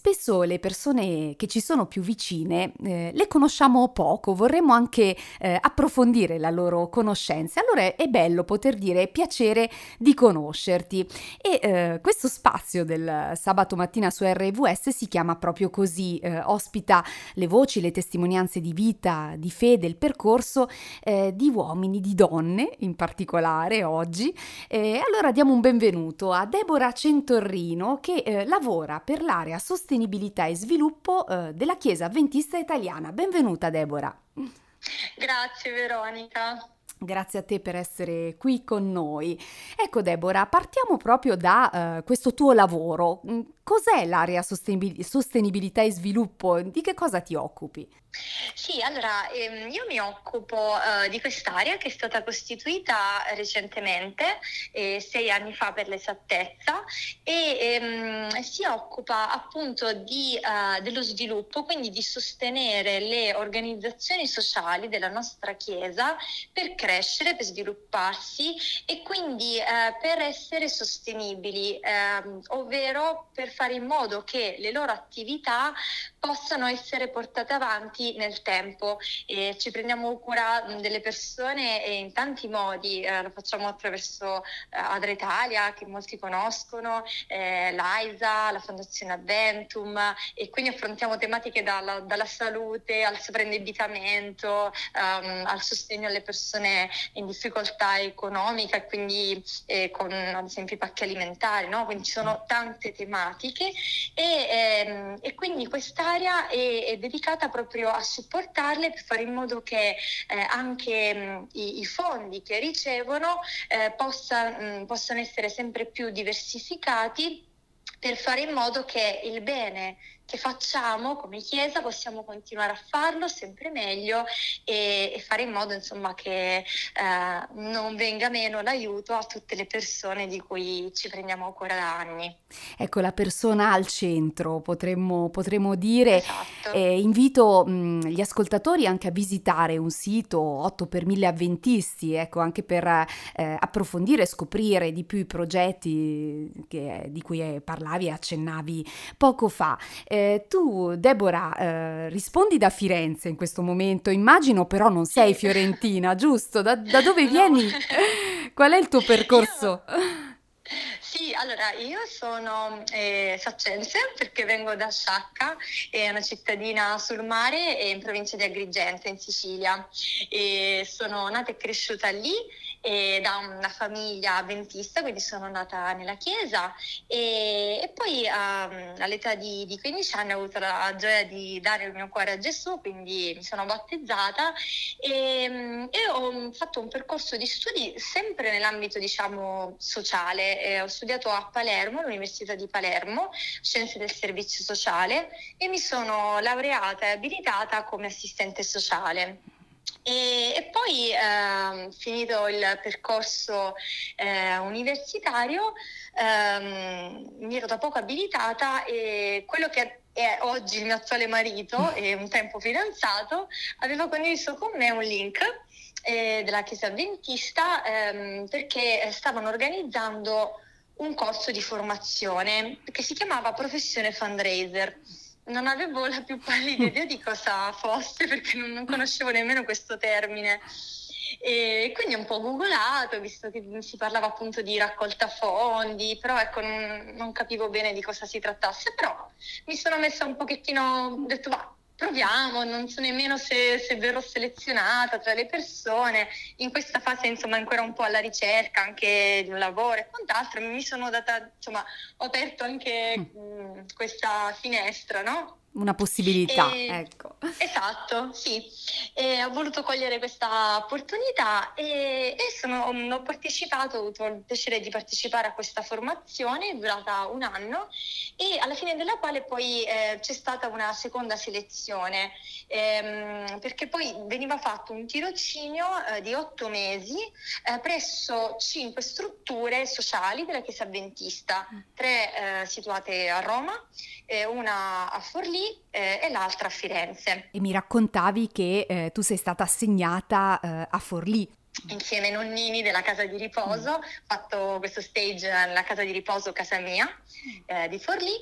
spesso le persone che ci sono più vicine le conosciamo poco, vorremmo anche approfondire la loro conoscenza. Allora è bello poter dire piacere di conoscerti e questo spazio del sabato mattina su RVS si chiama proprio così, ospita le voci, le testimonianze di vita, di fede, il percorso di uomini, di donne in particolare oggi. Allora diamo un benvenuto a Deborah Centorrino che lavora per l'area sostenibilità e sviluppo della Chiesa Adventista Italiana. Benvenuta Deborah. Grazie Veronica. Grazie a te per essere qui con noi. Ecco Deborah, partiamo proprio da questo tuo lavoro. Cos'è l'area sostenibilità e sviluppo? Di che cosa ti occupi? Sì, allora io mi occupo di quest'area che è stata costituita recentemente, 6 anni fa per l'esattezza, e si occupa appunto dello sviluppo, quindi di sostenere le organizzazioni sociali della nostra Chiesa per crescere, per svilupparsi e quindi per essere sostenibili, ovvero per fare in modo che le loro attività possano essere portate avanti nel tempo. Ci prendiamo cura delle persone in tanti modi, lo facciamo attraverso Adra Italia, che molti conoscono, l'AISA, la Fondazione Adventum, e quindi affrontiamo tematiche dalla salute al sovraindebitamento, al sostegno alle persone in difficoltà economica e quindi con ad esempio i pacchi alimentari, no? Quindi ci sono tante tematiche e quindi quest'area è dedicata proprio a supportarle per fare in modo che anche i fondi che ricevono possano essere sempre più diversificati per fare in modo che il bene che facciamo come Chiesa possiamo continuare a farlo sempre meglio e fare in modo insomma che non venga meno l'aiuto a tutte le persone di cui ci prendiamo cura da anni. Ecco, la persona al centro, potremmo dire. Esatto. Invito gli ascoltatori anche a visitare un sito 8 per 1000 Adventisti, ecco, anche per approfondire e scoprire di più i progetti di cui parlavi e accennavi poco fa. Tu, Deborah, rispondi da Firenze in questo momento, immagino, però non sei Sì. fiorentina, giusto? Da dove No. vieni? Qual è il tuo percorso? Sì, allora io sono saccense perché vengo da Sciacca, è una cittadina sul mare in provincia di Agrigento in Sicilia, e sono nata e cresciuta lì da una famiglia avventista, quindi sono nata nella chiesa e poi all'età di 15 anni ho avuto la gioia di dare il mio cuore a Gesù, quindi mi sono battezzata e ho fatto un percorso di studi sempre nell'ambito diciamo sociale. Ho studiato a Palermo, all'Università di Palermo, Scienze del Servizio Sociale, e mi sono laureata e abilitata come assistente sociale. E poi, finito il percorso universitario, mi ero da poco abilitata e quello che è oggi il mio attuale marito e un tempo fidanzato aveva condiviso con me un link della Chiesa Adventista perché stavano organizzando un corso di formazione che si chiamava Professione Fundraiser. Non avevo la più pallida idea di cosa fosse perché non conoscevo nemmeno questo termine. E quindi ho un po' googolato, visto che si parlava appunto di raccolta fondi, però ecco non capivo bene di cosa si trattasse, però mi sono messa un pochettino, ho detto va, proviamo, non so nemmeno se verrò selezionata tra le persone. In questa fase insomma ancora un po' alla ricerca anche di un lavoro e quant'altro, mi sono data, insomma, ho aperto anche questa finestra, no? Una possibilità, ecco. Esatto, sì. Ho voluto cogliere questa opportunità e ho partecipato, ho avuto il piacere di partecipare a questa formazione durata un anno e alla fine della quale poi c'è stata una seconda selezione perché poi veniva fatto un tirocinio di 8 mesi presso 5 strutture sociali della Chiesa Adventista, 3 situate a Roma, una a Forlì e l'altra a Firenze. E mi raccontavi che tu sei stata assegnata a Forlì. Insieme ai nonnini della casa di riposo, ho fatto questo stage nella casa di riposo Casa Mia di Forlì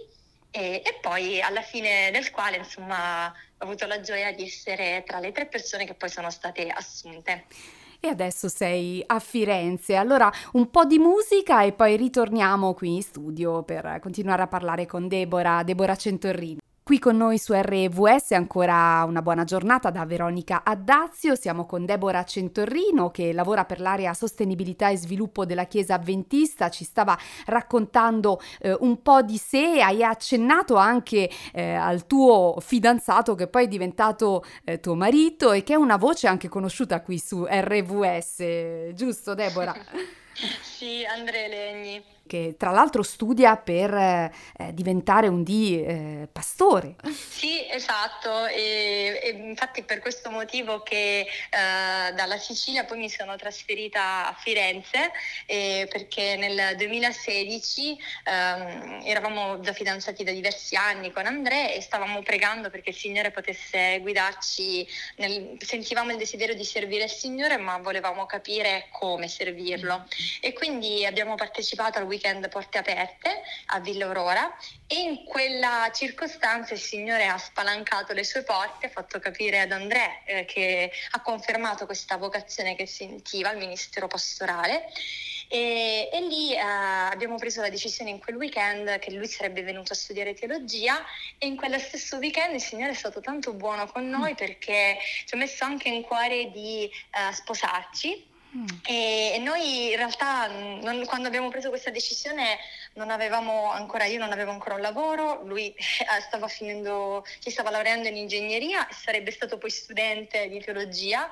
e poi alla fine del quale, insomma, ho avuto la gioia di essere tra le 3 persone che poi sono state assunte. E adesso sei a Firenze. Allora un po' di musica e poi ritorniamo qui in studio per continuare a parlare con Deborah Centorrini. Qui con noi su RVS ancora una buona giornata da Veronica Addazio. Siamo con Deborah Centorrino che lavora per l'area sostenibilità e sviluppo della Chiesa Avventista. Ci stava raccontando un po' di sé. Hai accennato anche al tuo fidanzato che poi è diventato tuo marito e che è una voce anche conosciuta qui su RVS, giusto Deborah? Sì, Andrea Legni. Che tra l'altro studia per diventare un pastore. Sì, esatto, e infatti per questo motivo che dalla Sicilia poi mi sono trasferita a Firenze, perché nel 2016 eravamo già fidanzati da diversi anni con Andrea e stavamo pregando perché il Signore potesse guidarci, sentivamo il desiderio di servire il Signore, ma volevamo capire come servirlo. E quindi abbiamo partecipato al weekend Porte Aperte a Villa Aurora e in quella circostanza il Signore ha spalancato le sue porte, ha fatto capire ad Andrea che ha confermato questa vocazione che sentiva al ministero pastorale e lì abbiamo preso la decisione in quel weekend che lui sarebbe venuto a studiare teologia e in quello stesso weekend il Signore è stato tanto buono con noi perché ci ha messo anche in cuore di sposarci. E noi in realtà quando abbiamo preso questa decisione io non avevo ancora un lavoro, lui si stava laureando in ingegneria e sarebbe stato poi studente di teologia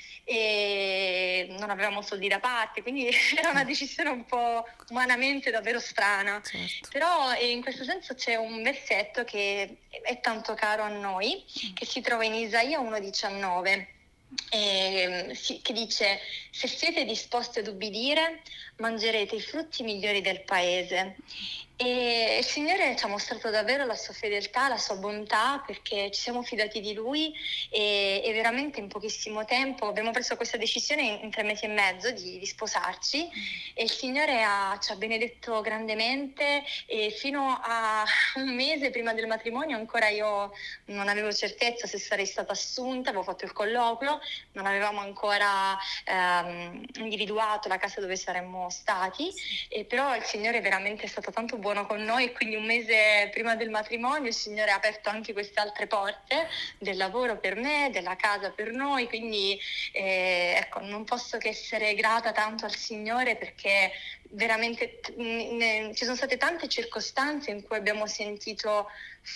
e non avevamo soldi da parte, quindi era una decisione un po' umanamente davvero strana. Certo. Però in questo senso c'è un versetto che è tanto caro a noi, che si trova in Isaia 1,19. Che dice: se siete disposti ad ubbidire mangerete i frutti migliori del paese. E il Signore ci ha mostrato davvero la sua fedeltà, la sua bontà, perché ci siamo fidati di Lui e veramente in pochissimo tempo abbiamo preso questa decisione in 3 mesi e mezzo di sposarci e il Signore ci ha benedetto grandemente e fino a un mese prima del matrimonio ancora io non avevo certezza se sarei stata assunta, avevo fatto il colloquio, non avevamo ancora individuato la casa dove saremmo stati, però il Signore veramente è stato tanto buono con noi e quindi un mese prima del matrimonio il Signore ha aperto anche queste altre porte del lavoro per me, della casa per noi, quindi ecco, non posso che essere grata tanto al Signore perché veramente ci sono state tante circostanze in cui abbiamo sentito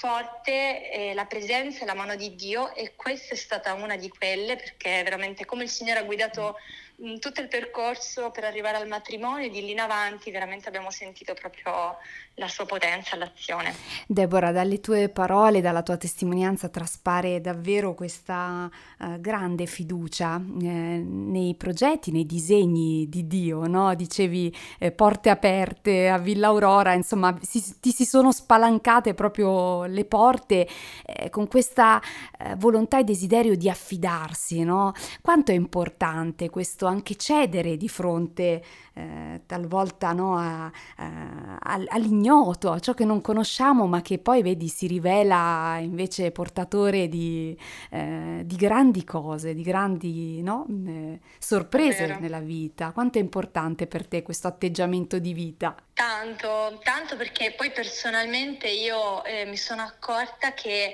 forte la presenza e la mano di Dio e questa è stata una di quelle perché veramente come il Signore ha guidato tutto il percorso per arrivare al matrimonio di lì in avanti veramente abbiamo sentito proprio la sua potenza all'azione. Deborah, dalle tue parole, dalla tua testimonianza traspare davvero questa grande fiducia nei progetti, nei disegni di Dio, no? Dicevi porte aperte a Villa Aurora, insomma ti si sono spalancate proprio le porte con questa volontà e desiderio di affidarsi, no? Quanto è importante questo anche cedere di fronte talvolta no, all'ignoto, a ciò che non conosciamo ma che poi vedi si rivela invece portatore di grandi cose, di grandi no, sorprese nella vita. Quanto è importante per te questo atteggiamento di vita? Tanto perché poi personalmente io mi sono accorta che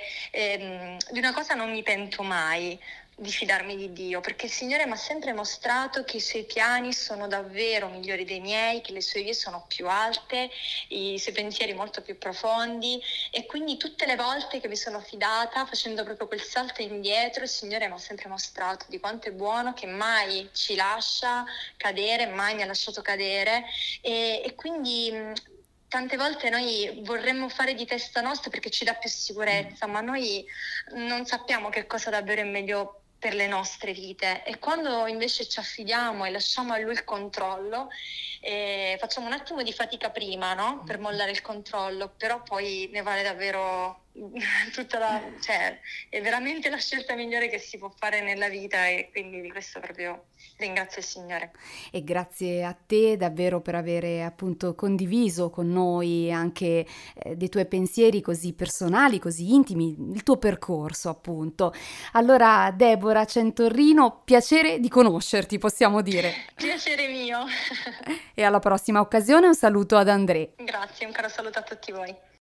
di una cosa non mi pento mai, di fidarmi di Dio, perché il Signore mi ha sempre mostrato che i suoi piani sono davvero migliori dei miei, che le sue vie sono più alte, i suoi pensieri molto più profondi e quindi tutte le volte che mi sono fidata facendo proprio quel salto indietro il Signore mi ha sempre mostrato di quanto è buono, che mai ci lascia cadere, mai mi ha lasciato cadere e quindi tante volte noi vorremmo fare di testa nostra perché ci dà più sicurezza, ma noi non sappiamo che cosa davvero è meglio per le nostre vite e quando invece ci affidiamo e lasciamo a lui il controllo facciamo un attimo di fatica prima, no? Per mollare il controllo, però poi ne vale davvero cioè, è veramente la scelta migliore che si può fare nella vita e quindi di questo proprio ringrazio il Signore. E grazie a te davvero per avere appunto condiviso con noi anche dei tuoi pensieri così personali, così intimi, il tuo percorso appunto. Allora, Deborah Centorrino, piacere di conoscerti, possiamo dire. Piacere mio. E alla prossima occasione un saluto ad André. Grazie, un caro saluto a tutti voi.